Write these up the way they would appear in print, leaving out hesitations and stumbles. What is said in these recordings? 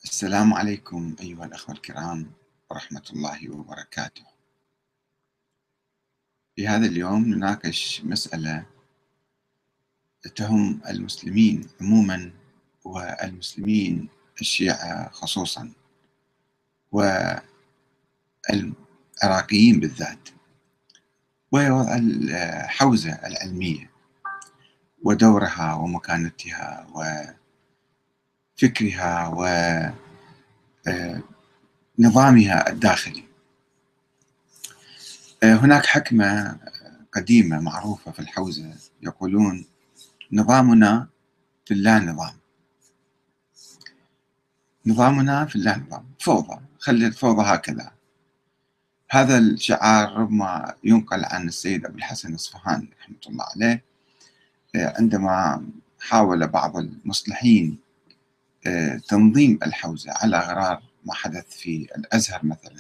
السلام عليكم أيها الأخوة الكرام ورحمة الله وبركاته. في هذا اليوم نناقش مسألة تهم المسلمين عموما والمسلمين الشيعة خصوصا والعراقيين بالذات، وهي وضع الحوزة العلمية ودورها ومكانتها وفكرها ونظامها الداخلي. هناك حكمة قديمة معروفة في الحوزة يقولون: نظامنا في اللا نظام. نظامنا في اللا نظام، فوضى، خلي الفوضى هكذا. هذا الشعار ربما ينقل عن السيد أبو الحسن الأصفهاني رحمة الله عليه عندما حاول بعض المصلحين تنظيم الحوزة على غرار ما حدث في الأزهر مثلا.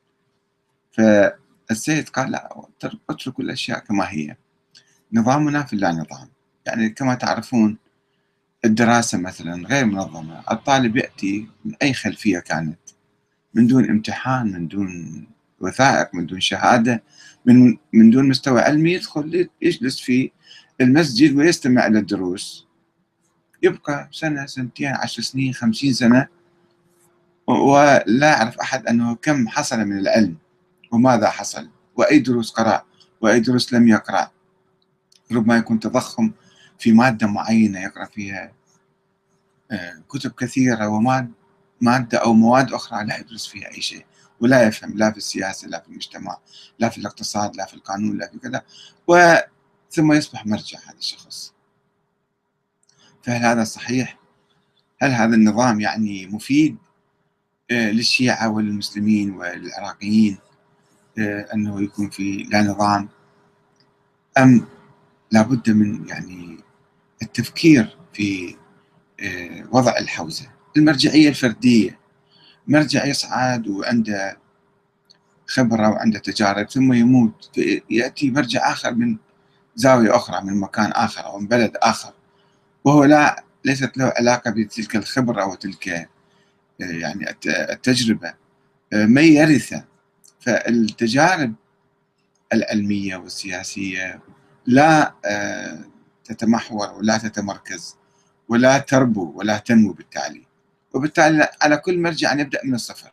فالسيد قال: لا، اتركوا الأشياء كما هي، نظامنا في اللا نظام. يعني كما تعرفون الدراسة مثلا غير منظمة، الطالب يأتي من أي خلفية كانت، من دون امتحان، من دون وثائق، من دون شهادة، من دون مستوى علمي، يدخل يجلس في المسجد ويستمع إلى الدروس، يبقى سنة، سنتين، 10 سنين، 50 سنة، ولا يعرف أحد أنه كم حصل من العلم وماذا حصل وأي دروس قرأ وأي دروس لم يقرأ. ربما يكون تضخم في مادة معينة يقرأ فيها كتب كثيرة، ومادة أو مواد أخرى لا يدرس فيها أي شيء، ولا يفهم، لا في السياسة، لا في المجتمع، لا في الاقتصاد، لا في القانون، لا في كذا، ثم يصبح مرجع هذا الشخص. فهل هذا صحيح؟ هل هذا النظام يعني مفيد للشيعة والمسلمين والعراقيين أنه يكون في لا نظام، أم لابد من يعني التفكير في وضع الحوزة؟ المرجعية الفردية، مرجع يصعد وعنده خبرة وعنده تجارب ثم يموت، يأتي مرجع آخر من زاوية أخرى، من مكان آخر أو من بلد آخر، وهو ليست له علاقة بتلك الخبرة وتلك يعني التجربة، ما يرثه. فالتجارب العلمية والسياسية لا تتمحور ولا تتمركز ولا تربو ولا تنمو بالتالي، وبالتالي على كل مرجع أن يبدأ من الصفر.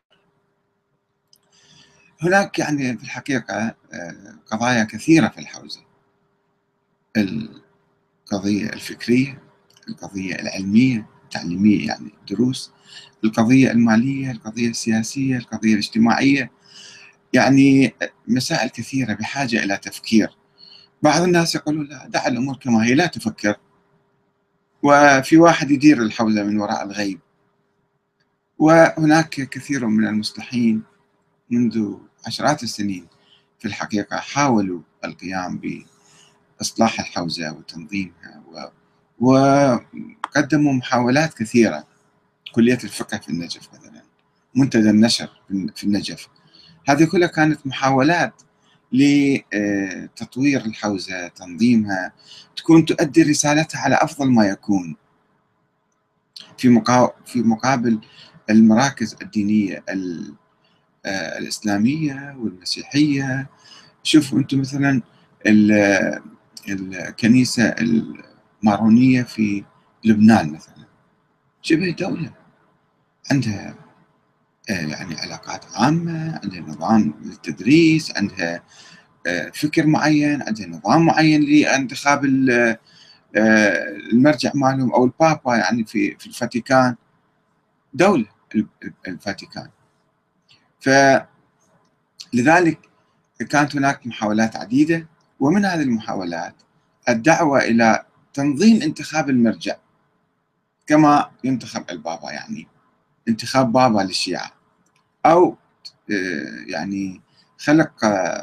هناك يعني في الحقيقة قضايا كثيرة في الحوزة: القضية الفكرية، القضية العلمية التعليمية يعني دروس، القضية المالية، القضية السياسية، القضية الاجتماعية. يعني مسائل كثيرة بحاجة إلى تفكير. بعض الناس يقولون: لا، دع الأمور كما هي، لا تفكر، وفي واحد يدير الحوزة من وراء الغيب. وهناك كثير من المصلحين منذ عشرات السنين في الحقيقة حاولوا القيام بإصلاح الحوزة وتنظيمها، وقدموا محاولات كثيرة. كلية الفقه في النجف مثلا، منتدى النشر في النجف، هذه كلها كانت محاولات لتطوير الحوزة، تنظيمها، تكون تؤدي رسالتها على أفضل ما يكون في مقابل المراكز الدينية الإسلامية والمسيحية. شوفوا أنتم مثلا الكنيسة المارونية في لبنان مثلا، شبه دولة، عندها يعني علاقات عامة، عندها نظام للتدريس، عندها فكر معين، عندها نظام معين لانتخاب المرجع مالهم أو البابا، يعني في الفاتيكان، دولة الفاتيكان. فلذلك كانت هناك محاولات عديدة، ومن هذه المحاولات الدعوة إلى تنظيم انتخاب المرجع كما ينتخب البابا، يعني انتخاب بابا للشيعة، أو يعني خلق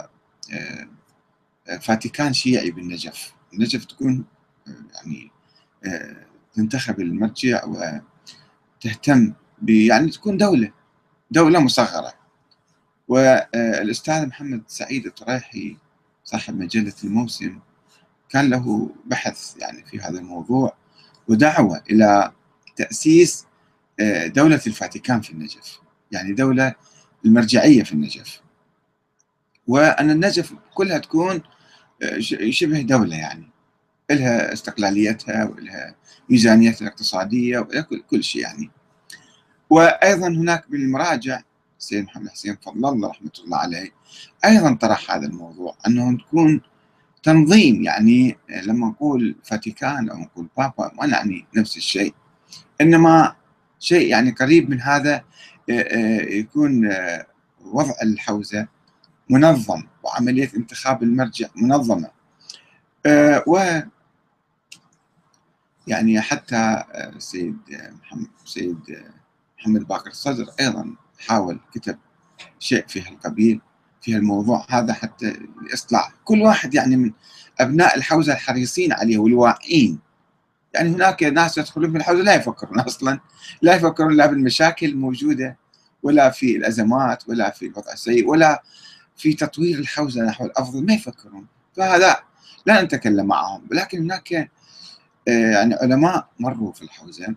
فاتيكان شيعي بالنجف. النجف تكون يعني تنتخب المرجع وتهتم يعني تكون دولة مصغرة. والأستاذ محمد سعيد الطريحي صاحب مجلة الموسم كان له بحث يعني في هذا الموضوع، ودعوة إلى تأسيس دولة الفاتيكان في النجف، يعني دولة المرجعية في النجف، وأن النجف كلها تكون شبه دولة، يعني لها استقلاليتها ولها ميزانيتها الاقتصادية ولها كل شيء يعني. وأيضا هناك بالمراجع السيد محمد حسين فضل الله رحمة الله عليه أيضا طرح هذا الموضوع، أنه تكون تنظيم، يعني لما نقول فاتيكان أو نقول بابا ما نعني نفس الشيء، إنما شيء يعني قريب من هذا، يكون وضع الحوزة منظم وعملية انتخاب المرجع منظمة. و يعني حتى سيد محمد باقر الصدر أيضا حاول كتب شيء في هالقبيل في الموضوع هذا، حتى لإصلاح كل واحد يعني من أبناء الحوزة الحريصين عليه والواعين. يعني هناك ناس يدخلون في الحوزة لا يفكرون أصلا، لا يفكرون لا بالمشاكل الموجودة ولا في الأزمات ولا في الوضع السيء ولا في تطوير الحوزة نحو الأفضل، ما يفكرون. فهذا لا نتكلم معهم، ولكن هناك يعني علماء مروا في الحوزة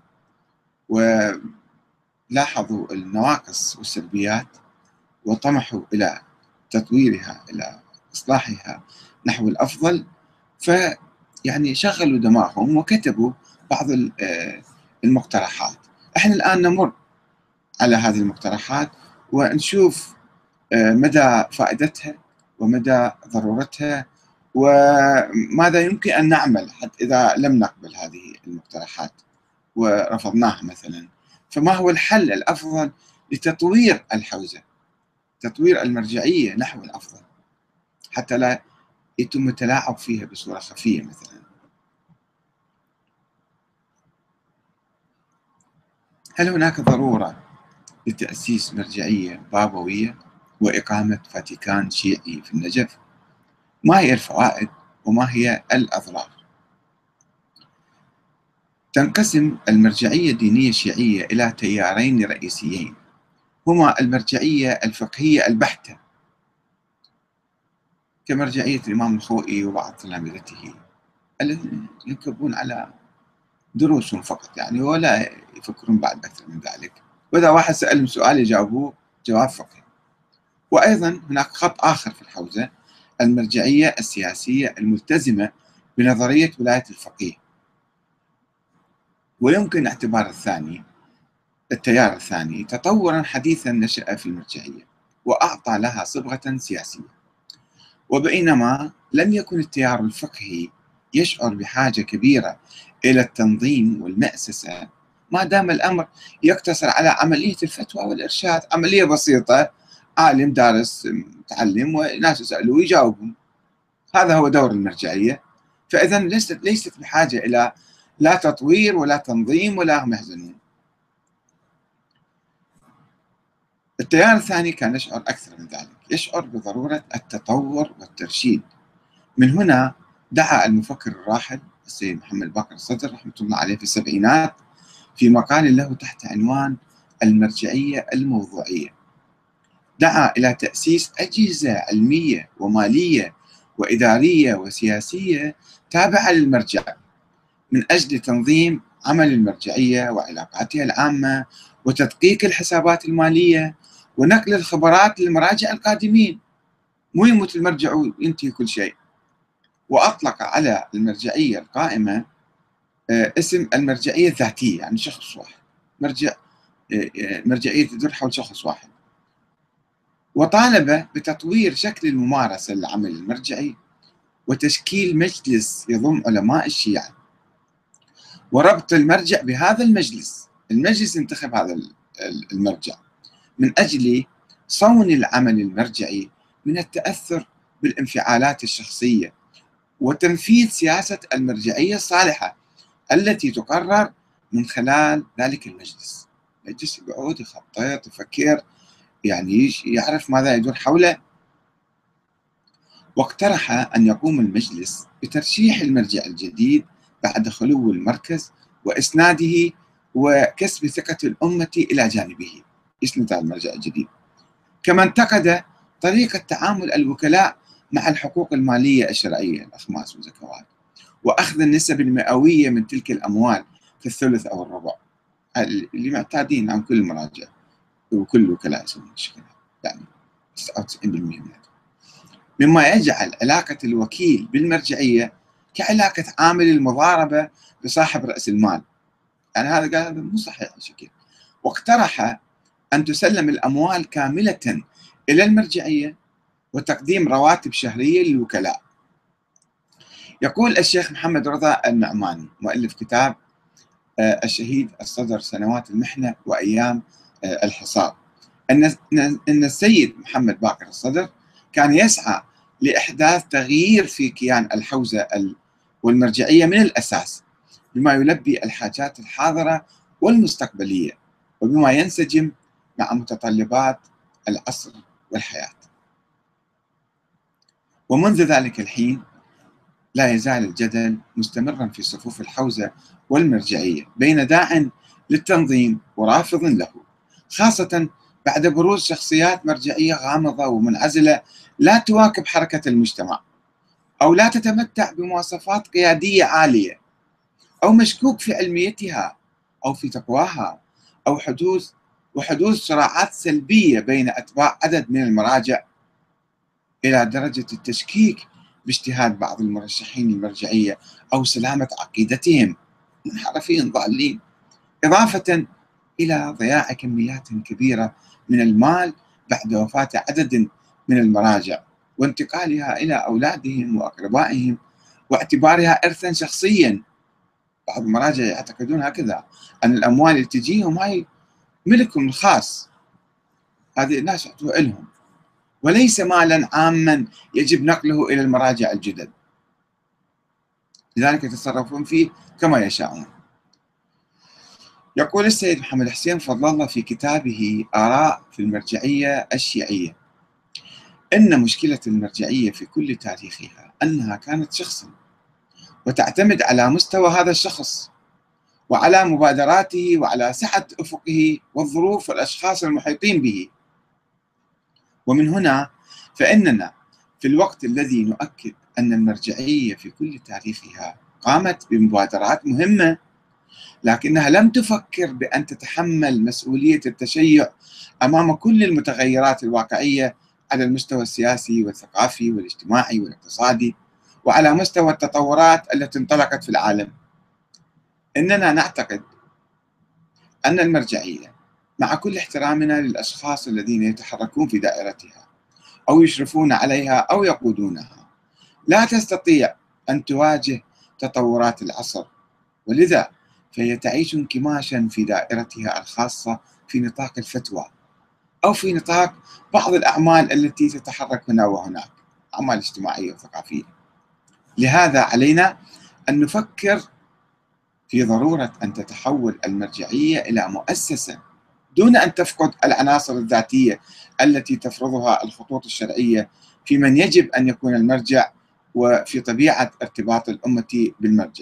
ولاحظوا النواقص والسلبيات وطمحوا إلى تطويرها، إلى إصلاحها نحو الأفضل، فيعني شغلوا دماغهم وكتبوا بعض المقترحات. احنا الآن نمر على هذه المقترحات ونشوف مدى فائدتها ومدى ضرورتها وماذا يمكن أن نعمل حتى إذا لم نقبل هذه المقترحات ورفضناها مثلا. فما هو الحل الأفضل لتطوير الحوزة، تطوير المرجعية نحو الأفضل، حتى لا يتم التلاعب فيها بصورة خفية مثلا. هل هناك ضرورة لتأسيس مرجعية بابوية وإقامة فاتيكان شيعي في النجف؟ ما هي الفوائد وما هي الأضرار؟ تنقسم المرجعية الدينية الشيعية إلى تيارين رئيسيين، هما المرجعية الفقهية البحتة كمرجعية الإمام الخوئي وبعض تلامذته الذين ينكبون على دروسهم فقط يعني، ولا يفكرون بعد أكثر من ذلك، وإذا واحد سألهم سؤال يجاوبوه جواب فقهي. وأيضا هناك خط آخر في الحوزة، المرجعية السياسية الملتزمة بنظرية ولاية الفقيه، ويمكن اعتبار التيار الثاني تطورا حديثا نشأ في المرجعية وأعطى لها صبغة سياسية. وبينما لم يكن التيار الفقهي يشعر بحاجة كبيرة إلى التنظيم والمأسسة ما دام الأمر يقتصر على عملية الفتوى والإرشاد، عملية بسيطة، عالم دارس متعلم وناس يسألوه ويجاوبون، هذا هو دور المرجعية. فإذا ليست بحاجة إلى لا تطوير ولا تنظيم ولا هم يحزنون. التيار الثاني كان يشعر أكثر من ذلك، يشعر بضرورة التطور والترشيد. من هنا دعا المفكر الراحل السيد محمد باقر الصدر رحمة الله عليه في السبعينات في مقال له تحت عنوان المرجعية الموضوعية، دعا إلى تأسيس أجهزة علمية ومالية وإدارية وسياسية تابعة للمرجع من أجل تنظيم عمل المرجعية وعلاقاتها العامة وتدقيق الحسابات المالية ونقل الخبرات للمراجع القادمين، مو يموت المرجع وينتهي كل شيء. وأطلق على المرجعية القائمة اسم المرجعية الذاتية، يعني شخص واحد، مرجعية تدور حول شخص واحد. وطالب بتطوير شكل الممارسة للعمل المرجعي وتشكيل مجلس يضم علماء الشيعة وربط المرجع بهذا المجلس ينتخب هذا المرجع من أجل صون العمل المرجعي من التأثر بالانفعالات الشخصية وتنفيذ سياسة المرجعية الصالحة التي تقرر من خلال ذلك المجلس يقعد يخطط يفكر، يعني يعرف ماذا يدور حوله. واقترح أن يقوم المجلس بترشيح المرجع الجديد بعد خلو المركز وإسناده وكسب ثقة الأمة إلى جانبه، يسند المرجع الجديد. كما انتقد طريقة تعامل الوكلاء مع الحقوق المالية الشرعية، الأخماس والزكوات، وأخذ النسب المئوية من تلك الأموال في الثلث أو الربع اللي معتادين عن كل المراجع وكل وكلاء يسوون الشكل، يعني 99% منهم، مما يجعل علاقة الوكيل بالمرجعية كعلاقة عامل المضاربة بصاحب رأس المال. يعني هذا قال هذا مو صحيح بشكل. واقترح أن تسلم الأموال كاملة إلى المرجعية وتقديم رواتب شهرية للوكلاء. يقول الشيخ محمد رضا النعماني مؤلف كتاب الشهيد الصدر سنوات المحنة وأيام الحصار أن السيد محمد باقر الصدر كان يسعى لإحداث تغيير في كيان الحوزة والمرجعية من الأساس، بما يلبي الحاجات الحاضرة والمستقبلية وبما ينسجم مع متطلبات العصر والحياة. ومنذ ذلك الحين لا يزال الجدل مستمرا في صفوف الحوزة والمرجعية بين داع للتنظيم ورافض له، خاصة بعد بروز شخصيات مرجعية غامضة ومنعزلة لا تواكب حركة المجتمع، أو لا تتمتع بمواصفات قيادية عالية، أو مشكوك في علميتها أو في تقواها، أو حدوث صراعات سلبية بين أتباع عدد من المراجع إلى درجة التشكيك باجتهاد بعض المرشحين المرجعية أو سلامة عقيدتهم، منحرفين ضالين، إضافة إلى ضياع كميات كبيرة من المال بعد وفاة عدد من المراجع وانتقالها إلى أولادهم وأقربائهم واعتبارها إرثا شخصيا. بعض المراجع يعتقدون هكذا، أن الأموال اللي تجيهم هاي ملكهم الخاص، هذه الناس يعطوها لهم، وليس مالا عاما يجب نقله إلى المراجع الجدد، لذلك يتصرفون فيه كما يشاءون. يقول السيد محمد حسين فضل الله في كتابه آراء في المرجعية الشيعية إن مشكلة المرجعية في كل تاريخها أنها كانت شخصا، وتعتمد على مستوى هذا الشخص وعلى مبادراته وعلى سعة أفقه والظروف والأشخاص المحيطين به. ومن هنا فإننا في الوقت الذي نؤكد أن المرجعية في كل تاريخها قامت بمبادرات مهمة، لكنها لم تفكر بأن تتحمل مسؤولية التشيع أمام كل المتغيرات الواقعية على المستوى السياسي والثقافي والاجتماعي والاقتصادي وعلى مستوى التطورات التي انطلقت في العالم. إننا نعتقد أن المرجعية مع كل احترامنا للأشخاص الذين يتحركون في دائرتها أو يشرفون عليها أو يقودونها لا تستطيع أن تواجه تطورات العصر، ولذا فهي تعيش انكماشا في دائرتها الخاصة في نطاق الفتوى أو في نطاق بعض الأعمال التي تتحرك هنا وهناك، أعمال اجتماعية وثقافية. لهذا علينا أن نفكر في ضرورة أن تتحول المرجعية إلى مؤسسة دون أن تفقد العناصر الذاتية التي تفرضها الخطوط الشرعية في من يجب أن يكون المرجع وفي طبيعة ارتباط الأمة بالمرجع.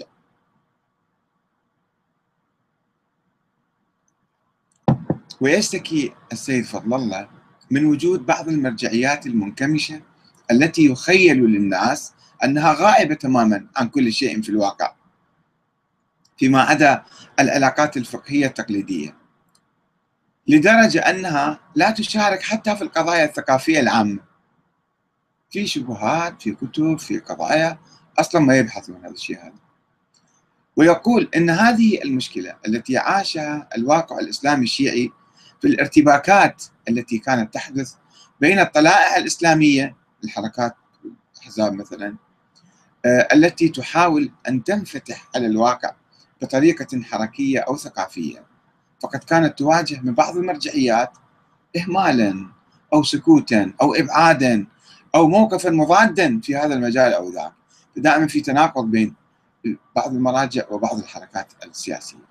ويشتكي السيد فضل الله من وجود بعض المرجعيات المنكمشة التي يخيل للناس أنها غائبة تماما عن كل شيء في الواقع فيما عدا العلاقات الفقهية التقليدية، لدرجة أنها لا تشارك حتى في القضايا الثقافية العامة، في شبهات في كتب في قضايا أصلا ما يبحثون هذا الشيء هذا. ويقول أن هذه المشكلة التي عاشها الواقع الإسلامي الشيعي في الارتباكات التي كانت تحدث بين الطلائع الإسلامية، الحركات الأحزاب مثلا، التي تحاول أن تنفتح على الواقع بطريقة حركية أو ثقافية، فقد كانت تواجه من بعض المرجعيات إهمالا أو سكوتا أو إبعادا أو موقفا مضادا في هذا المجال أو ذاك، دائما في تناقض بين بعض المراجع وبعض الحركات السياسية.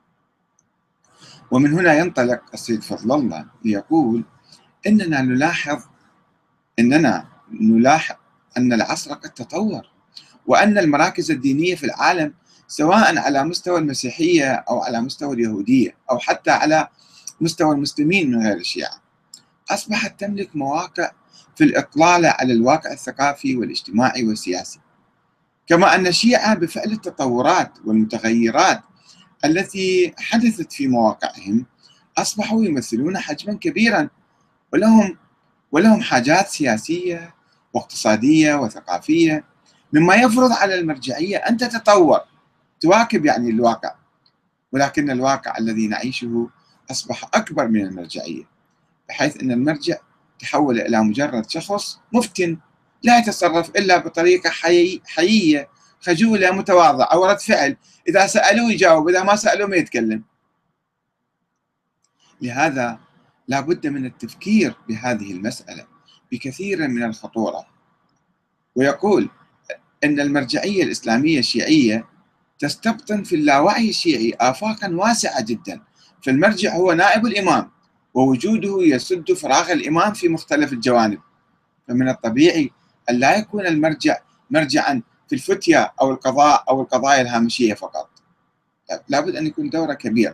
ومن هنا ينطلق السيد فضل الله ليقول إننا نلاحظ أن العصر قد تطور، وأن المراكز الدينية في العالم سواء على مستوى المسيحية أو على مستوى اليهودية أو حتى على مستوى المسلمين من غير الشيعة أصبحت تملك مواقع في الإطلالة على الواقع الثقافي والاجتماعي والسياسي، كما أن الشيعة بفعل التطورات والمتغيرات التي حدثت في مواقعهم أصبحوا يمثلون حجما كبيرا، ولهم حاجات سياسية واقتصادية وثقافية، مما يفرض على المرجعية أن تتطور تواكب يعني الواقع. ولكن الواقع الذي نعيشه أصبح أكبر من المرجعية، بحيث أن المرجع تحول إلى مجرد شخص مفتن لا يتصرف إلا بطريقة حيية خجولة متواضعة ورد فعل، إذا سألوه يجاوب، إذا ما سألوه ما يتكلم. لهذا لا بد من التفكير بهذه المسألة بكثير من الخطورة. ويقول أن المرجعية الإسلامية الشيعية تستبطن في اللاوعي الشيعي آفاقا واسعة جدا، فالمرجع هو نائب الإمام، ووجوده يسد فراغ الإمام في مختلف الجوانب. فمن الطبيعي أن لا يكون المرجع مرجعا في الفتية أو القضاء أو القضايا الهامشية فقط، لابد أن يكون دوره كبير.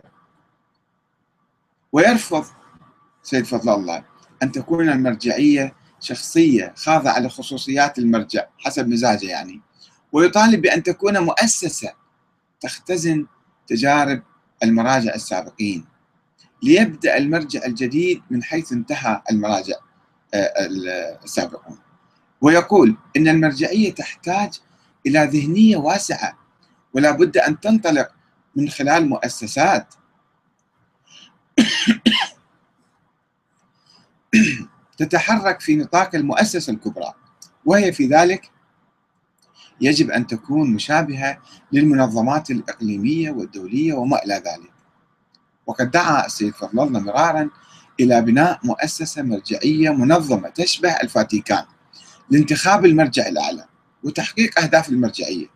ويرفض سيد فضل الله أن تكون المرجعية شخصية خاضعة لخصوصيات المرجع حسب مزاجه يعني، ويطالب بأن تكون مؤسسة تختزن تجارب المراجع السابقين، ليبدأ المرجع الجديد من حيث انتهى المراجع السابقون. ويقول إن المرجعية تحتاج إلى ذهنية واسعة، ولا بد أن تنطلق من خلال مؤسسات تتحرك في نطاق المؤسسة الكبرى، وهي في ذلك يجب أن تكون مشابهة للمنظمات الإقليمية والدولية وما إلى ذلك. وقد دعا السيد فضل الله مرارا إلى بناء مؤسسة مرجعية منظمة تشبه الفاتيكان لانتخاب المرجع الأعلى وتحقيق أهداف المرجعية.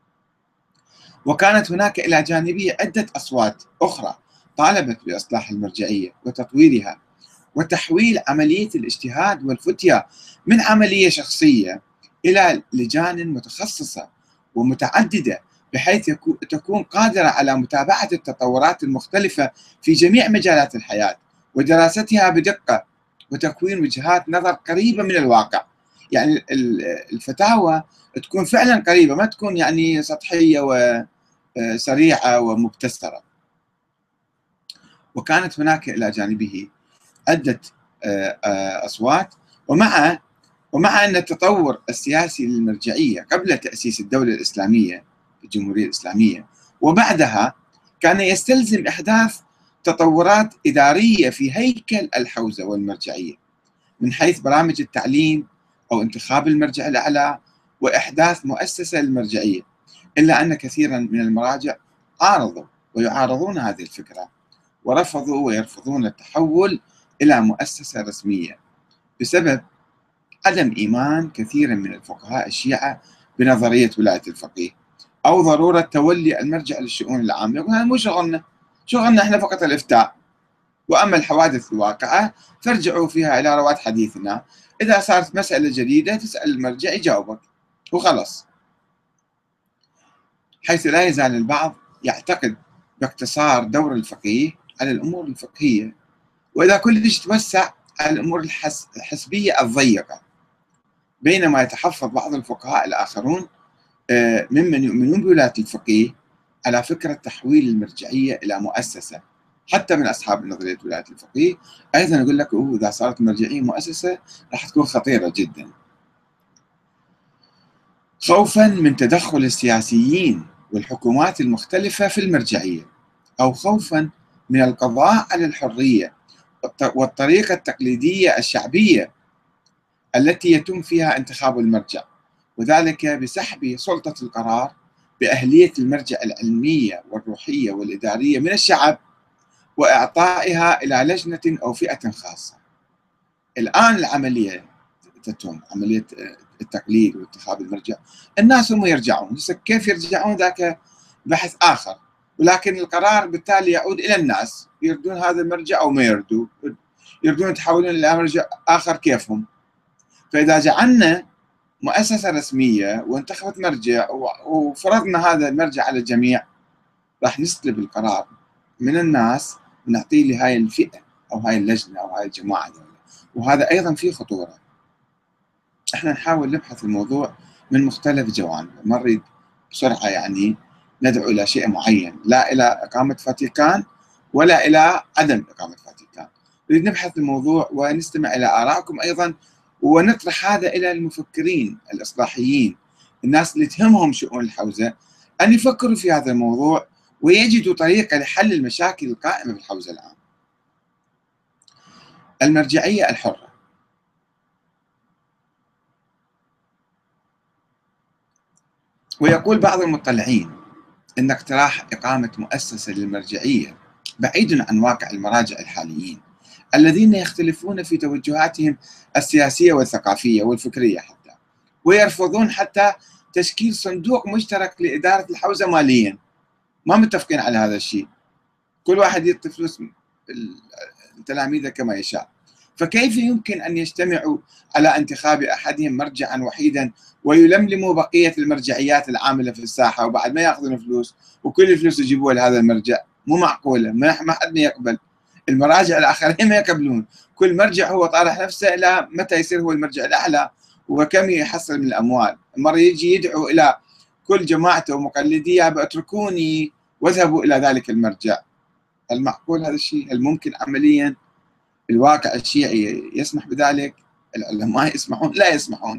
وكانت هناك إلى جانبه عدة أصوات أخرى طالبت بإصلاح المرجعية وتطويرها، وتحويل عملية الاجتهاد والفتية من عملية شخصية إلى لجان متخصصة ومتعددة، بحيث تكون قادرة على متابعة التطورات المختلفة في جميع مجالات الحياة ودراستها بدقة، وتكوين وجهات نظر قريبة من الواقع. يعني الفتاوى تكون فعلا قريبة، ما تكون يعني سطحية وسريعة ومبتسرة. وكانت هناك إلى جانبه عدة أصوات، ومع أن التطور السياسي للمرجعية قبل تأسيس الدولة الإسلامية الجمهورية الإسلامية وبعدها كان يستلزم إحداث تطورات إدارية في هيكل الحوزة والمرجعية، من حيث برامج التعليم أو انتخاب المرجع الأعلى وإحداث مؤسسة للمرجعية، إلا أن كثيرا من المراجع عارضوا ويعارضون هذه الفكرة، ورفضوا ويرفضون التحول إلى مؤسسة رسمية بسبب عدم إيمان كثير من الفقهاء الشيعة بنظرية ولاية الفقيه أو ضرورة تولي المرجع للشؤون العامة. يقول هذا مو شغلنا احنا فقط الإفتاء، وأما الحوادث الواقعة فارجعوا فيها إلى رواد حديثنا، إذا صارت مسألة جديدة تسأل المرجع يجاوبك وخلص. حيث لا يزال البعض يعتقد باقتصار دور الفقيه على الأمور الفقهية، وإذا كلش توسع على الأمور الحسبية الضيقة، بينما يتحفظ بعض الفقهاء الآخرون ممن يؤمنون بولاية الفقيه على فكرة تحويل المرجعية إلى مؤسسة. حتى من أصحاب نظرية ولاية الفقيه أيضا يقول لك إذا صارت المرجعية مؤسسة راح تكون خطيرة جدا، خوفا من تدخل السياسيين والحكومات المختلفة في المرجعية، أو خوفا من القضاء على الحرية والطريقة التقليدية الشعبية التي يتم فيها انتخاب المرجع، وذلك بسحب سلطة القرار بأهلية المرجع العلمية والروحية والإدارية من الشعب وإعطائها إلى لجنة أو فئة خاصة. الآن العملية تتم عملية التقليد وانتخاب المرجع، الناس هم يرجعون، كيف يرجعون ذاك بحث آخر، ولكن القرار بالتالي يعود إلى الناس، يردون هذا المرجع أو ما يردون يتحولون إلى مرجع آخر كيفهم. فإذا جعلنا مؤسسة رسمية وانتخبت مرجع وفرضنا هذا المرجع على الجميع، راح نسلب القرار من الناس ونعطيه لهاي الفئة أو هاي اللجنة أو هاي الجماعة دولة. وهذا أيضا فيه خطورة. احنا نحاول نبحث الموضوع من مختلف جوانبه، ما نريد بسرعة يعني ندعو إلى شيء معين، لا إلى إقامة فاتيكان ولا إلى عدم إقامة فاتيكان. نريد نبحث الموضوع ونستمع إلى آرائكم أيضا، ونطرح هذا إلى المفكرين الإصلاحيين، الناس اللي تهمهم شؤون الحوزة، أن يفكروا في هذا الموضوع ويجدوا طريقة لحل المشاكل القائمة بالحوزة الآن. المرجعية الحرة. ويقول بعض المطلعين أن اقتراح إقامة مؤسسة للمرجعية بعيد عن واقع المراجع الحاليين الذين يختلفون في توجهاتهم السياسية والثقافية والفكرية حتى، ويرفضون حتى تشكيل صندوق مشترك لإدارة الحوزة ماليا. ما متفقين على هذا الشيء، كل واحد يعطي فلوس تلاميذه كما يشاء. فكيف يمكن أن يجتمعوا على انتخاب أحدهم مرجعا وحيدا ويلملموا بقية المرجعيات العاملة في الساحة وبعد ما يأخذون فلوس وكل الفلوس يجيبوها لهذا المرجع؟ مو معقولة، ما حد ما يقبل، المراجع الآخرين ما يقبلون، كل مرجع هو طارح نفسه إلى متى يصير هو المرجع الأعلى وكم يحصل من الأموال. مرة يجي يدعو إلى كل جماعته ومقلديه اتركوني واذهبوا إلى ذلك المرجع. هل معقول هذا الشيء؟ هل ممكن عمليا الواقع الشيعي يسمح بذلك؟ العلماء يسمحون؟ لا يسمحون.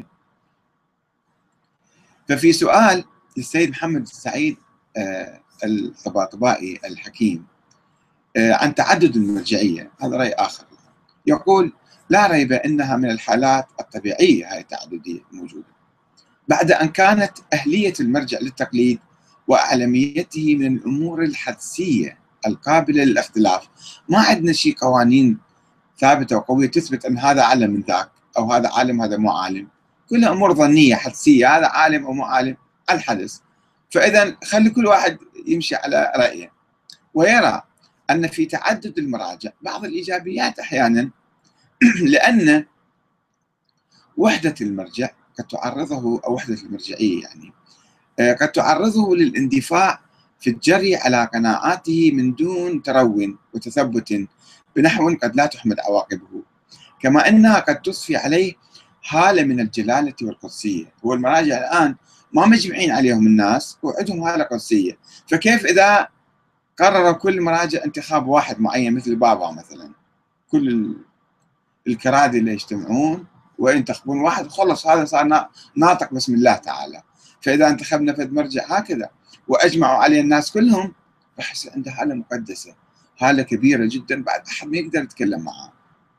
ففي سؤال للسيد محمد السعيد الطباطبائي الحكيم عن تعدد المرجعية، هذا رأي آخر، يقول: لا ريب أنها من الحالات الطبيعية هاي التعددية موجودة، بعد أن كانت أهلية المرجع للتقليد وأعلميته من الأمور الحدسية القابلة للاختلاف. ما عندنا شيء قوانين ثابتة وقوية تثبت أن هذا أعلم من ذاك، أو هذا عالم هذا مو عالم، كلها أمور ظنية حدسية، هذا عالم أو مو عالم على الحدث. فإذا خلي كل واحد يمشي على رأيه، ويرى أن في تعدد المراجع بعض الإيجابيات أحيانا لأن وحدة المرجع قد تعرضه، أو وحدة المرجعية يعني قد تعرضه للاندفاع في الجري على قناعاته من دون ترون وتثبت بنحو قد لا تحمد عواقبه، كما أنها قد تضفي عليه حالة من الجلالة والقدسية. هو المراجع الآن ما مجمعين عليهم الناس وعندهم حالة قدسية، فكيف إذا قرر كل مراجع انتخاب واحد معين مثل بابا مثلا، كل الكرادي اللي يجتمعون وينتخبون واحد خلص هذا صار ناطق بسم الله تعالى. فإذا انتخبنا فد مرجع هكذا وأجمعوا عليه الناس كلهم، بحس عنده حالة مقدسة، حالة كبيرة جدا، بعد أحد ما يقدر يتكلم معاه.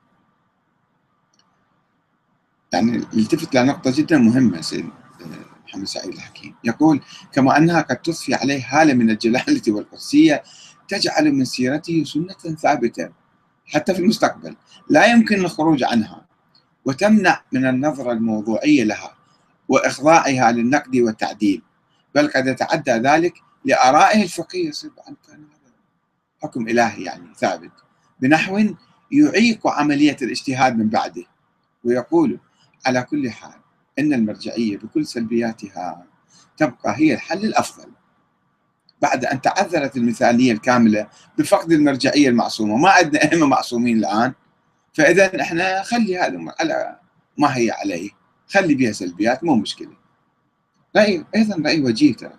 يعني التفت لنقطة جدا مهمة سيد محمد سعيد الحكيم، يقول: كما أنها قد تضفي عليه حالة من الجلالة والقدسية تجعل من سيرته سنة ثابتة حتى في المستقبل لا يمكن الخروج عنها، وتمنع من النظرة الموضوعية لها وإخضاعها للنقد والتعديل، بل قد يتعدى ذلك لآرائه الفقهية. يصير كان حكم إلهي يعني ثابت بنحو يعيق عملية الاجتهاد من بعده. ويقول: على كل حال إن المرجعية بكل سلبياتها تبقى هي الحل الأفضل بعد أن تعذرت المثالية الكاملة بفقد المرجعية المعصومة. ما عندنا أئمة معصومين الآن، فإذا إحنا خلي هذا على ما هي عليه، خلي بها سلبيات مو مشكلة. رأي أيضا رأي وجيه ترى.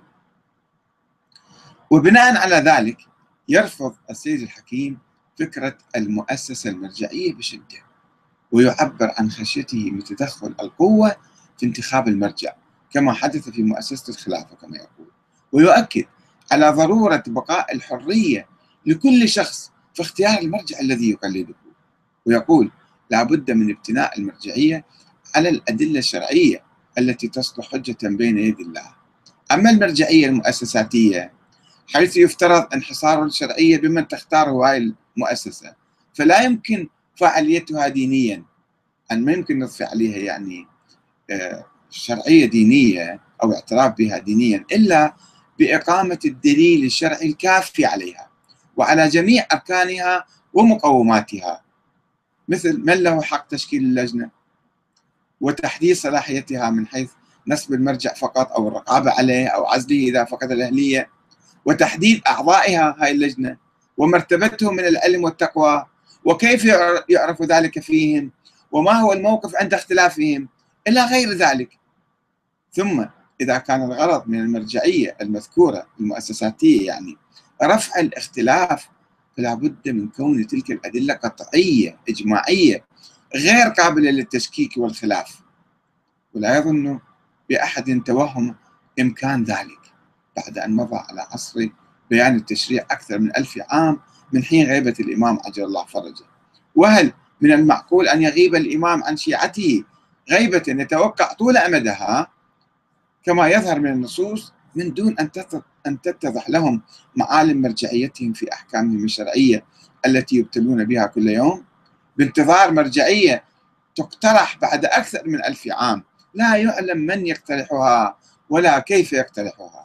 وبناء على ذلك يرفض السيد الحكيم فكرة المؤسسة المرجعية بشدة، ويعبر عن خشيته من تدخل القوة في انتخاب المرجع كما حدث في مؤسسة الخلافة كما يقول، ويؤكد على ضرورة بقاء الحرية لكل شخص في اختيار المرجع الذي يقلده، ويقول: لا بد من ابتناء المرجعية على الأدلة الشرعية التي تصلح حجة بين يدي الله. أما المرجعية المؤسساتية حيث يفترض انحصار الشرعية بمن تختاره هاي المؤسسة، فلا يمكن فعاليتها دينيا، أن ما يمكن نضفي عليها يعني شرعية دينية أو اعتراف بها دينيا إلا بإقامة الدليل الشرعي الكافي عليها وعلى جميع أركانها ومقوماتها، مثل من له حق تشكيل اللجنة وتحديد صلاحيتها من حيث نصب المرجع فقط أو الرقابة عليه أو عزله إذا فقد الأهلية، وتحديد أعضائها هاي اللجنة ومرتبتهم من العلم والتقوى وكيف يعرف ذلك فيهم وما هو الموقف عند اختلافهم إلى غير ذلك. ثم إذا كان الغرض من المرجعية المذكورة المؤسساتية يعني رفع الاختلاف، فلا بد من كون تلك الأدلة قطعية إجماعية غير قابلة للتشكيك والخلاف، ولا يظن بأحد توهم إمكان ذلك بعد أن مضى على عصر بيان التشريع أكثر من 1000 عام من حين غيبة الإمام عجل الله فرجه. وهل من المعقول أن يغيب الإمام عن شيعته غيبة يتوقع طول أمدها كما يظهر من النصوص من دون أن تتضح لهم معالم مرجعيتهم في أحكامهم الشرعية التي يبتلون بها كل يوم، بانتظار مرجعية تقترح بعد أكثر من 1000 عام لا يعلم من يقترحها ولا كيف يقترحها.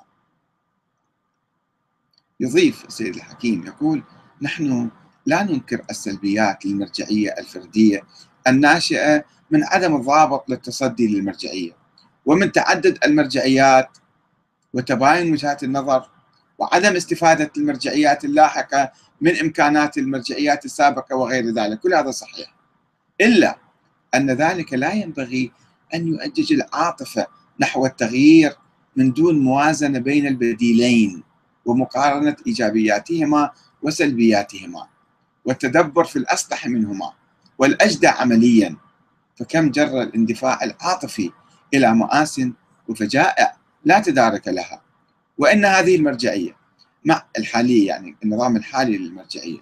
يضيف السيد الحكيم يقول: نحن لا ننكر السلبيات للمرجعية الفردية الناشئة من عدم الضابط للتصدي للمرجعية، ومن تعدد المرجعيات وتباين وجهات النظر، وعدم استفادة المرجعيات اللاحقة من إمكانات المرجعيات السابقة وغير ذلك. كل هذا صحيح، إلا أن ذلك لا ينبغي أن يؤجج العاطفة نحو التغيير من دون موازنة بين البديلين ومقارنة إيجابياتهما وسلبياتهما والتدبر في الأصلح منهما والأجدى عمليا. فكم جر الاندفاع العاطفي إلى مآس وفجائع لا تدارك لها، وإن هذه المرجعية مع الحالية يعني النظام الحالي للمرجعية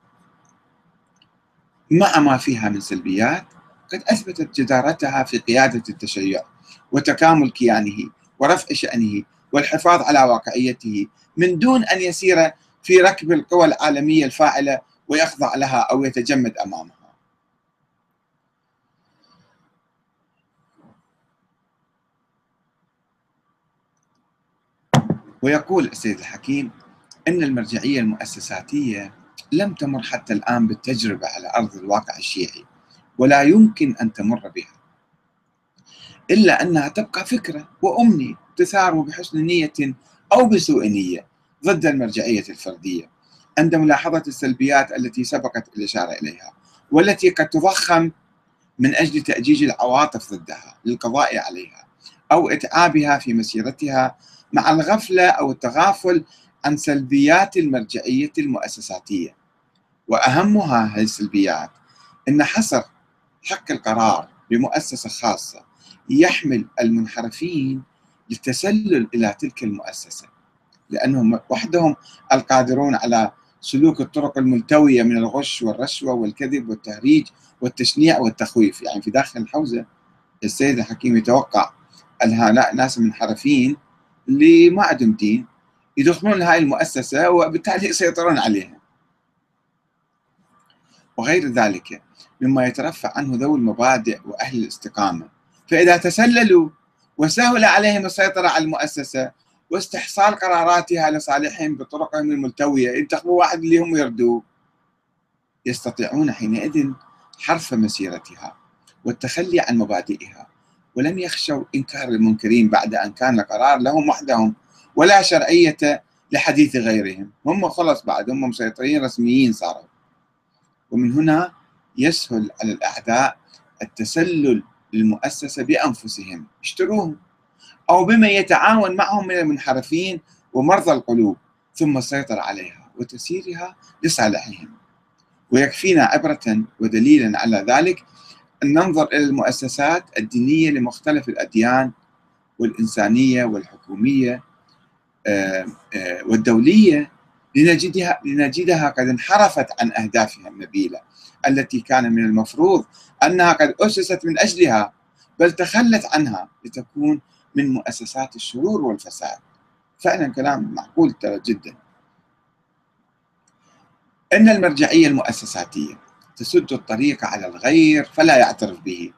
مع ما فيها من سلبيات قد أثبتت جدارتها في قيادة التشيع وتكامل كيانه ورفع شأنه والحفاظ على واقعيته من دون أن يسير في ركب القوى العالمية الفاعلة ويخضع لها أو يتجمد أمامها. ويقول السيد الحكيم إن المرجعية المؤسساتية لم تمر حتى الآن بالتجربة على أرض الواقع الشيعي، ولا يمكن أن تمر بها، إلا أنها تبقى فكرة وأمنية تثار بحسن نية أو بسوء نية ضد المرجعية الفردية عند ملاحظة السلبيات التي سبقت الإشارة إليها، والتي قد تضخم من أجل تأجيج العواطف ضدها للقضاء عليها أو إتعابها في مسيرتها، مع الغفلة أو التغافل عن سلبيات المرجعية المؤسساتية. وأهمها هذه السلبيات أن حصر حق القرار بمؤسسة خاصة يحمل المنحرفين للتسلل إلى تلك المؤسسة، لأنهم وحدهم القادرون على سلوك الطرق الملتوية من الغش والرشوة والكذب والتهريج والتشنيع والتخويف. يعني في داخل الحوزة السيد الحكيم يتوقع هؤلاء ناس منحرفين اللي ما عندهم دين يدخلون هاي المؤسسة وبالتالي يسيطرون عليها وغير ذلك مما يترفع عنه ذوي المبادئ وأهل الاستقامة. فإذا تسللوا وسهل عليهم السيطرة على المؤسسة واستحصال قراراتها لصالحهم بطرقهم الملتوية، ينتخبوا واحد اللي هم يردوه، يستطيعون حينئذ حرف مسيرتها والتخلي عن مبادئها، ولم يخشوا إنكار المنكرين بعد أن كان القرار لهم وحدهم ولا شرعية لحديث غيرهم. هم خلص بعد هم مسيطرين رسميين صاروا. ومن هنا يسهل على الأعداء التسلل للمؤسسة بأنفسهم، اشتروهم أو بمن يتعاون معهم من المنحرفين ومرضى القلوب، ثم السيطرة عليها وتسييرها لصالحهم. ويكفينا عبرة ودليلا على ذلك أن ننظر إلى المؤسسات الدينية لمختلف الأديان والإنسانية والحكومية والدولية لنجدها قد انحرفت عن أهدافها النبيلة التي كان من المفروض أنها قد أسست من أجلها، بل تخلت عنها لتكون من مؤسسات الشرور والفساد. فعلا كلام معقول ترى جدا. إن المرجعية المؤسساتية تسد الطريق على الغير فلا يعترف به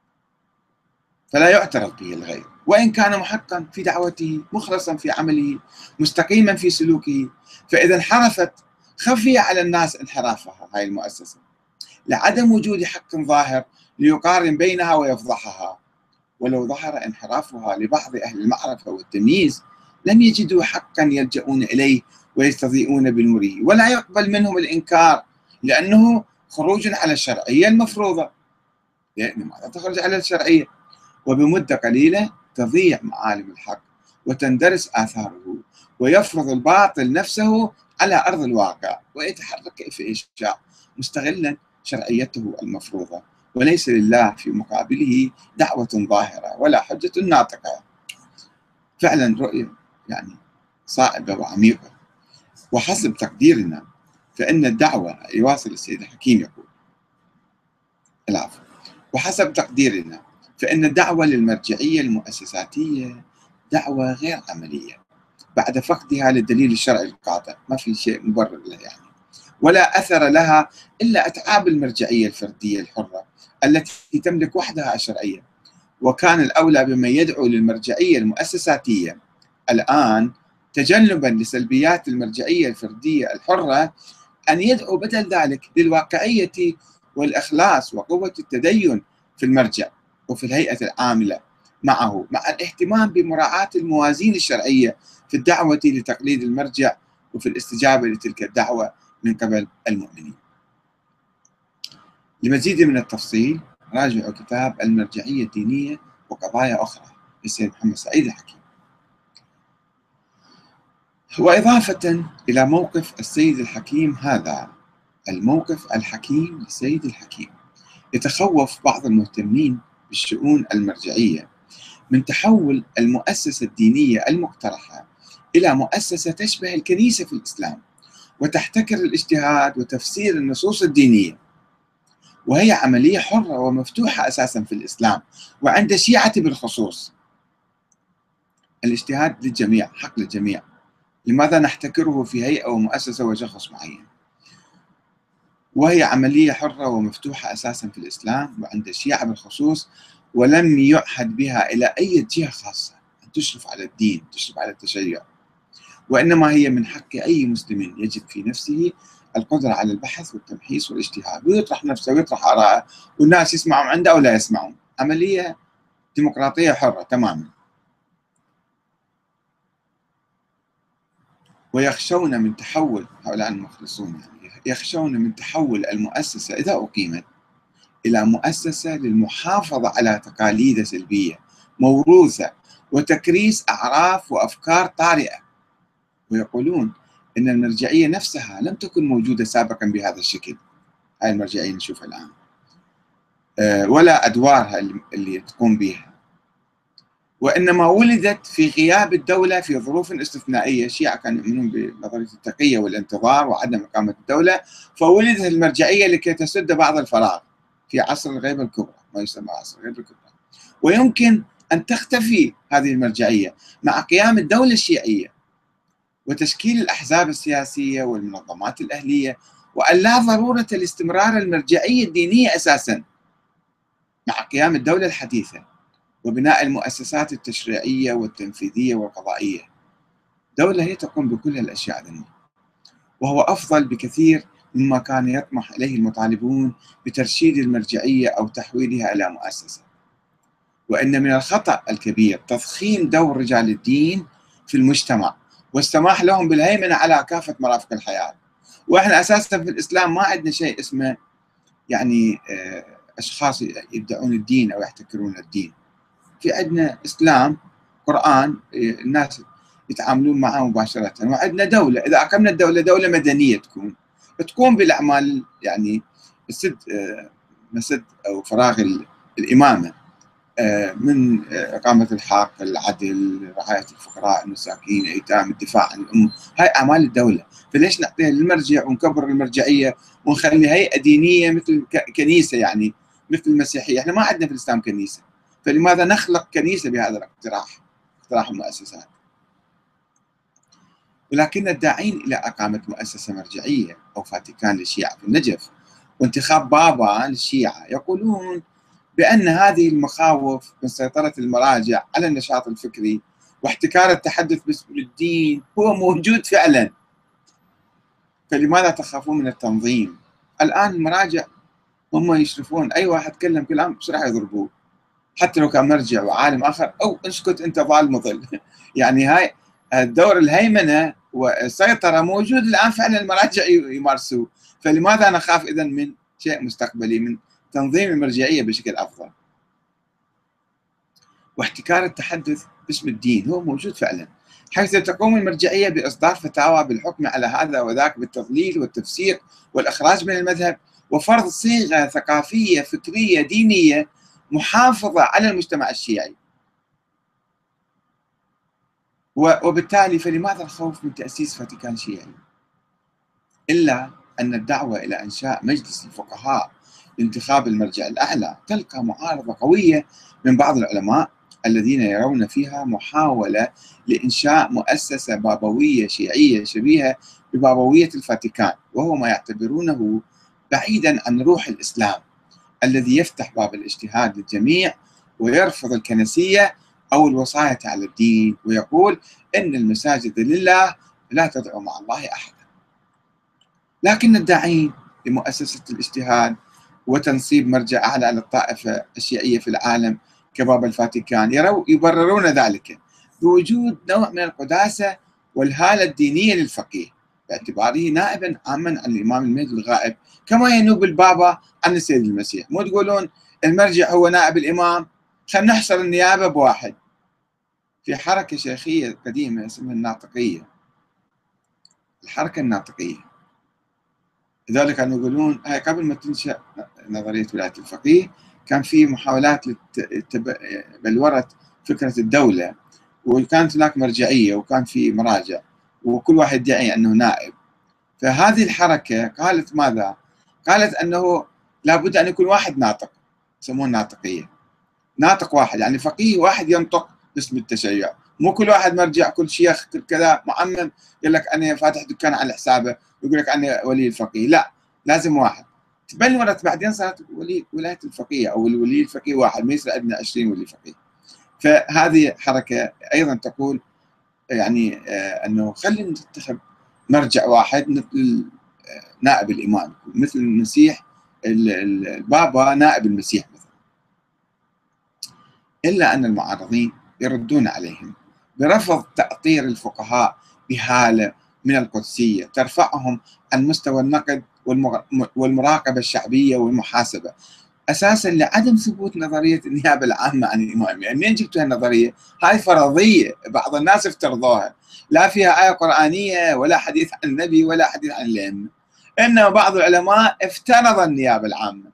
الغير، وإن كان محقا في دعوته مخلصا في عمله مستقيما في سلوكه. فإذا انحرفت خفي على الناس انحرافها هاي المؤسسة لعدم وجود حق ظاهر ليقارن بينها ويفضحها. ولو ظهر انحرافها لبعض أهل المعرفة والتمييز لم يجدوا حقا يلجؤون إليه ويستضيئون بنوره، ولا يقبل منهم الإنكار لأنه خروج على الشرعية المفروضة، يعني ماذا تخرج على الشرعية؟ وبمدة قليلة تضيع معالم الحق وتندرس آثاره، ويفرض الباطل نفسه على أرض الواقع ويتحرك كيف يشاء مستغلا شرعيته المفروضة، وليس لله في مقابله دعوة ظاهرة ولا حجة ناطقة. فعلا رؤية يعني صائبة وعميقة. وحسب تقديرنا فإن الدعوة، يواصل السيد الحكيم يقول العفو، وحسب تقديرنا فإن الدعوة للمرجعية المؤسساتية دعوة غير عملية بعد فقدها للدليل الشرعي القاطع، ما في شيء مبرر له يعني، ولا أثر لها إلا أتعاب المرجعية الفردية الحرة التي تملك وحدها الشرعية. وكان الأولى بمن يدعو للمرجعية المؤسساتية الآن تجنبا لسلبيات المرجعية الفردية الحرة أن يدعو بدل ذلك للواقعية والإخلاص وقوة التدين في المرجع وفي الهيئة العاملة معه، مع الاهتمام بمراعاة الموازين الشرعية في الدعوة لتقليد المرجع وفي الاستجابة لتلك الدعوة من قبل المؤمنين. لمزيد من التفصيل راجعوا كتاب المرجعية الدينية وقضايا أخرى للسيد محمد سعيد الحكيم. وإضافة إلى موقف السيد الحكيم هذا، الموقف الحكيم للسيد الحكيم، يتخوف بعض المهتمين بالشؤون المرجعية من تحول المؤسسة الدينية المقترحة إلى مؤسسة تشبه الكنيسة في الإسلام وتحتكر الاجتهاد وتفسير النصوص الدينية، وهي عملية حرة ومفتوحة أساسا في الإسلام وعند الشيعة بالخصوص. الاجتهاد للجميع، حق للجميع، لماذا نحتكره في هيئة ومؤسسة وشخص معين؟ وهي عملية حرة ومفتوحة أساسا في الإسلام وعند الشيعة بالخصوص، ولم يعهد بها إلى أي جهة خاصة أن تشرف على الدين، تشرف على التشيع، وإنما هي من حق أي مسلم يجد في نفسه القدرة على البحث والتمحيص والاجتهاد، ويطرح نفسه ويطرح آراءه والناس يسمعون عنده أو لا يسمعون. عملية ديمقراطية حرة تماما. ويخشون من تحول هؤلاء المخلصون، يعني يخشون من تحول المؤسسة إذا أقيمت إلى مؤسسة للمحافظة على تقاليد سلبية موروثة وتكريس أعراف وأفكار طارئة. ويقولون إن المرجعية نفسها لم تكن موجودة سابقا بهذا الشكل، هاي المرجعية نشوفها الآن، ولا أدوارها اللي تقوم بها، وإنما ولدت في غياب الدولة في ظروف استثنائية. الشيعة كانوا يؤمنون بنظرية التقية والانتظار وعدم إقامة الدولة، فولدت المرجعية لكي تسد بعض الفراغ في عصر الغيبة الكبرى، ما يسمى عصر الغيبة الكبرى. ويمكن أن تختفي هذه المرجعية مع قيام الدولة الشيعية وتشكيل الأحزاب السياسية والمنظمات الأهلية، وأن لا ضرورة لاستمرار المرجعية الدينية أساسا مع قيام الدولة الحديثة وبناء المؤسسات التشريعية والتنفيذية والقضائية. دولة هي تقوم بكل الأشياء ذنبا، وهو أفضل بكثير مما كان يطمح إليه المطالبون بترشيد المرجعية أو تحويلها إلى مؤسسة. وإن من الخطأ الكبير تضخيم دور رجال الدين في المجتمع والسماح لهم بالهيمنة على كافة مرافق الحياة. وإحنا أساسا في الإسلام ما عندنا شيء اسمه يعني أشخاص يدعون الدين أو يحتكرون الدين. في عندنا إسلام، قرآن، الناس يتعاملون معه مباشرة، وعندنا دولة. إذا أقمنا الدولة دولة مدنية تقوم بالأعمال، يعني السد مسد أو فراغ الإمامة من إقامة الحق، العدل، رعاية الفقراء المساكين، الأيتام، الدفاع عن الأمة. هاي أعمال الدولة، فليش نعطيها للمرجع ونكبر المرجعية ونخلي هيئة دينية مثل كنيسة، يعني مثل المسيحية؟ احنا ما عندنا في الإسلام كنيسة، فلماذا نخلق كنيسة بهذا الاقتراح، اقتراح المؤسسات؟ ولكن الداعين إلى إقامة مؤسسة مرجعية أو فاتيكان للشيعة في النجف وانتخاب بابا للشيعة يقولون بأن هذه المخاوف من سيطرة المراجع على النشاط الفكري واحتكار التحدث باسم الدين هو موجود فعلا، فلماذا تخافون من التنظيم؟ الآن المراجع هم يشرفون أي واحد كلم كلام بسرعة يضربوه، حتى لو كان مرجع وعالم آخر، أو اسكت أنت ضال مضل. يعني هاي الدور الهيمنة والسيطرة موجود الآن فعلا، المراجع يمارسوه، فلماذا نخاف إذن من شيء مستقبلي، من تنظيم المرجعية بشكل أفضل؟ واحتكار التحدث باسم الدين، هو موجود فعلا، حيث تقوم المرجعية بإصدار فتاوى بالحكم على هذا وذاك بالتضليل والتفسير والإخراج من المذهب وفرض صيغة ثقافية فكرية دينية محافظة على المجتمع الشيعي. وبالتالي فلماذا الخوف من تأسيس فاتيكان شيعي؟ إلا أن الدعوة إلى إنشاء مجلس الفقهاء لانتخاب المرجع الأعلى تلقى معارضة قوية من بعض العلماء الذين يرون فيها محاولة لإنشاء مؤسسة بابوية شيعية شبيهة ببابوية الفاتيكان، وهو ما يعتبرونه بعيدا عن روح الإسلام الذي يفتح باب الاجتهاد للجميع ويرفض الكنسية أو الوصاية على الدين، ويقول إن المساجد لله لا تدعو مع الله أحدا. لكن الداعين لمؤسسة الاجتهاد وتنصيب مرجع أعلى للطائفة الشيعية في العالم كباب الفاتيكان يبررون ذلك بوجود نوع من القداسة والهالة الدينية للفقيه باعتباره نائبا عاما عن الإمام المهدي الغائب، كما ينوب البابا عن السيد المسيح. مو تقولون المرجع هو نائب الإمام، خلينا نحصر النيابة بواحد. في حركة شيخية قديمة اسمها الناطقية، الحركة الناطقية، لذلك كانوا يقولون هاي قبل ما تنشأ نظرية ولاية الفقيه كان في محاولات بلورة فكرة الدولة، وكانت هناك مرجعية وكان في مراجع وكل واحد يدعي أنه نائب. فهذه الحركة قالت ماذا؟ قالت أنه لابد أن يكون واحد ناطق، يسمونه الناطقية، ناطق واحد يعني فقيه واحد ينطق باسم التشيع، مو كل واحد مرجع كل شيخ كل كذا معمم يقول لك أنا فاتح دكان على حسابه ويقول لك أنا ولي الفقيه، لا، لازم واحد. تبلورت بعدين صارت ولاية الفقيه أو الولي الفقيه واحد، ما يصير عندنا 20 ولي فقيه. فهذه حركة أيضا تقول يعني أنه خلينا ننتخب مرجع واحد مثل نائب الإمام، مثل المسيح البابا نائب المسيح مثلا. إلا أن المعارضين يردون عليهم برفض تأطير الفقهاء بهالة من القدسية ترفعهم عن مستوى النقد والمراقبة الشعبية والمحاسبة، أساسا لعدم ثبوت نظرية النيابة العامة عن الإمام. يعني منين جبتوا هالنظرية؟ هاي فرضية بعض الناس افترضوها، لا فيها آية قرآنية ولا حديث عن النبي ولا حديث عن الأئمة، إنما بعض العلماء افترض النيابة العامة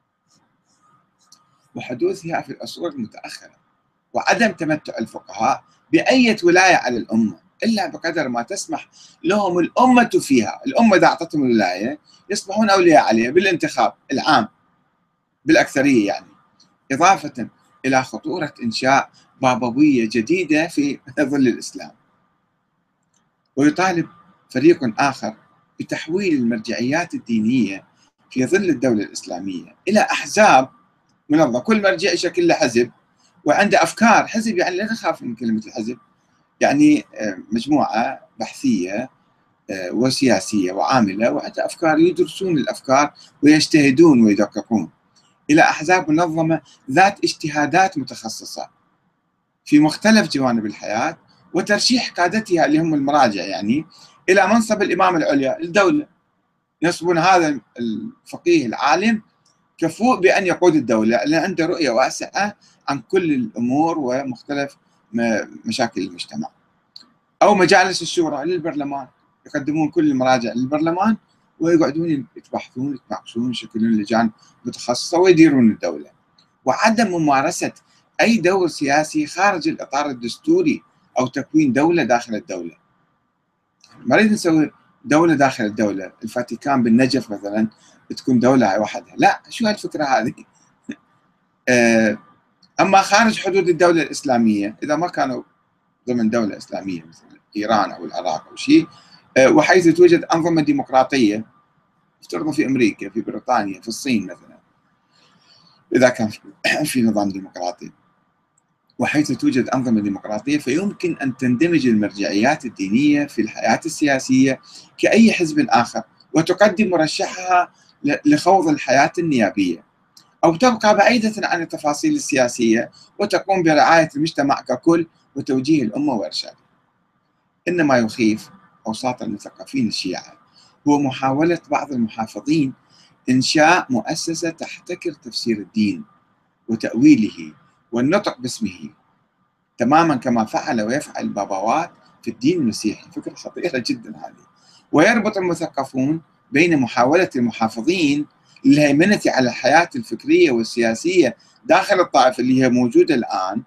وحدوثها في العصور المتأخرة، وعدم تمتع الفقهاء بأية ولاية على الأمة إلا بقدر ما تسمح لهم الأمة فيها. الأمة إذا أعطتهم الولاية يصبحون أولياء عليها بالانتخاب العام بالأكثرية يعني، إضافة إلى خطورة إنشاء بابوية جديدة في ظل الإسلام. ويطالب فريق آخر بتحويل المرجعيات الدينية في ظل الدولة الإسلامية إلى أحزاب منظمة، كل مرجع يشكل له حزب وعنده أفكار. حزب يعني لا نخاف من كلمة الحزب، يعني مجموعة بحثية وسياسية وعاملة وعندها أفكار، يدرسون الأفكار ويجتهدون ويدققون، إلى أحزاب منظمة ذات اجتهادات متخصصة في مختلف جوانب الحياة وترشيح قادتها اللي هم المراجع يعني إلى منصب الإمامة العليا للدولة. ينصبون هذا الفقيه العالم كفؤ بأن يقود الدولة لأن عنده رؤية واسعة عن كل الأمور ومختلف مشاكل المجتمع. أو مجالس الشورى للبرلمان، يقدمون كل المراجع للبرلمان ويقعدون يتبحثون يتناقشون يشكلون لجان متخصصة ويديرون الدولة، وعدم ممارسة أي دور سياسي خارج الإطار الدستوري أو تكوين دولة داخل الدولة. ما نريد نسوي دولة داخل الدولة، الفاتيكان بالنجف مثلا بتكون دولة وحدها، لا، شو هالفكرة هذه؟ أما خارج حدود الدولة الإسلامية إذا ما كانوا ضمن دولة إسلامية مثل إيران أو العراق أو شيء، وحيث توجد أنظمة ديمقراطية افترضوا في أمريكا في بريطانيا في الصين مثلا إذا كان في نظام ديمقراطي، وحيث توجد أنظمة ديمقراطية فيمكن أن تندمج المرجعيات الدينية في الحياة السياسية كأي حزب آخر وتقدم مرشحها لخوض الحياة النيابية، أو تبقى بعيدة عن التفاصيل السياسية وتقوم برعاية المجتمع ككل وتوجيه الأمة وإرشادها. إنما يخيف أوساط المثقفين الشيعة هو محاولة بعض المحافظين إنشاء مؤسسة تحتكر تفسير الدين وتأويله والنطق باسمه تماما كما فعل ويفعل البابوات في الدين المسيحي. فكرة خطيرة جدا هذه. ويربط المثقفون بين محاولة المحافظين للهيمنة على الحياة الفكرية والسياسية داخل الطائفة اللي هي موجودة الآن،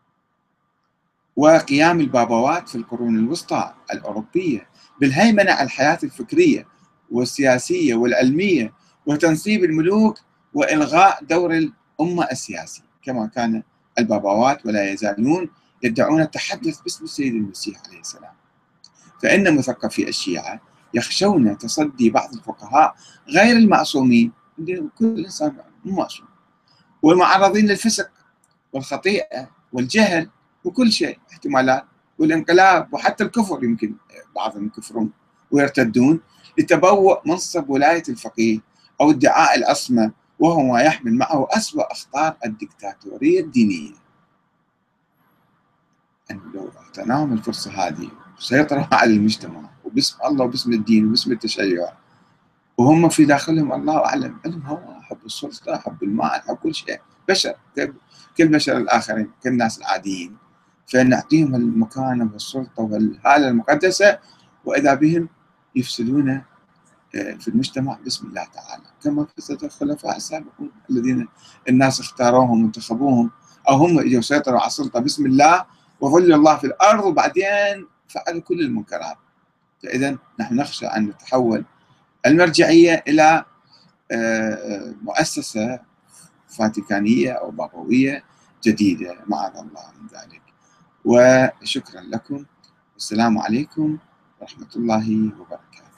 وقيام البابوات في القرون الوسطى الأوروبية بالهيمنة على الحياة الفكرية والسياسية والعلمية وتنصيب الملوك وإلغاء دور الأمة السياسي، كما كان البابوات ولا يزالون يدعون التحدث باسم السيد المسيح عليه السلام. فإن مثقفي الشيعة يخشون تصدي بعض الفقهاء غير المعصومين، كل إنسان مو معصوم، والمعرضين للفسق والخطيئة والجهل وكل شيء احتمالات، والانقلاب وحتى الكفر، يمكن بعضهم يكفرون ويرتدون لتبوء منصب ولاية الفقيه أو ادعاء العصمة، وهو ما يحمل معه أسوأ أخطار الدكتاتورية الدينية. أن لو اغتنموا الفرصة هذه وسيطروا على المجتمع وباسم الله وباسم الدين وباسم التشيع، وهم في داخلهم الله أعلم عندهم هوى، حب السلطة، حب المال، حب كل شيء، بشر كالبشر الآخرين كالناس العاديين، فنعطيهم المكانة والسلطة والهالة المقدسة، وإذا بهم يفسدون في المجتمع باسم الله تعالى، كما فسد الخلفاء السابقون الذين الناس اختاروهم وانتخبوهم، أو هم اجوا سيطروا على السلطة باسم الله وظل الله في الأرض وبعدين فعلوا كل المنكرات. فإذا نحن نخشى أن نتحول المرجعية إلى مؤسسة فاتيكانية أو بابوية جديدة، معاذ الله من ذلك. وشكرا لكم، والسلام عليكم ورحمة الله وبركاته.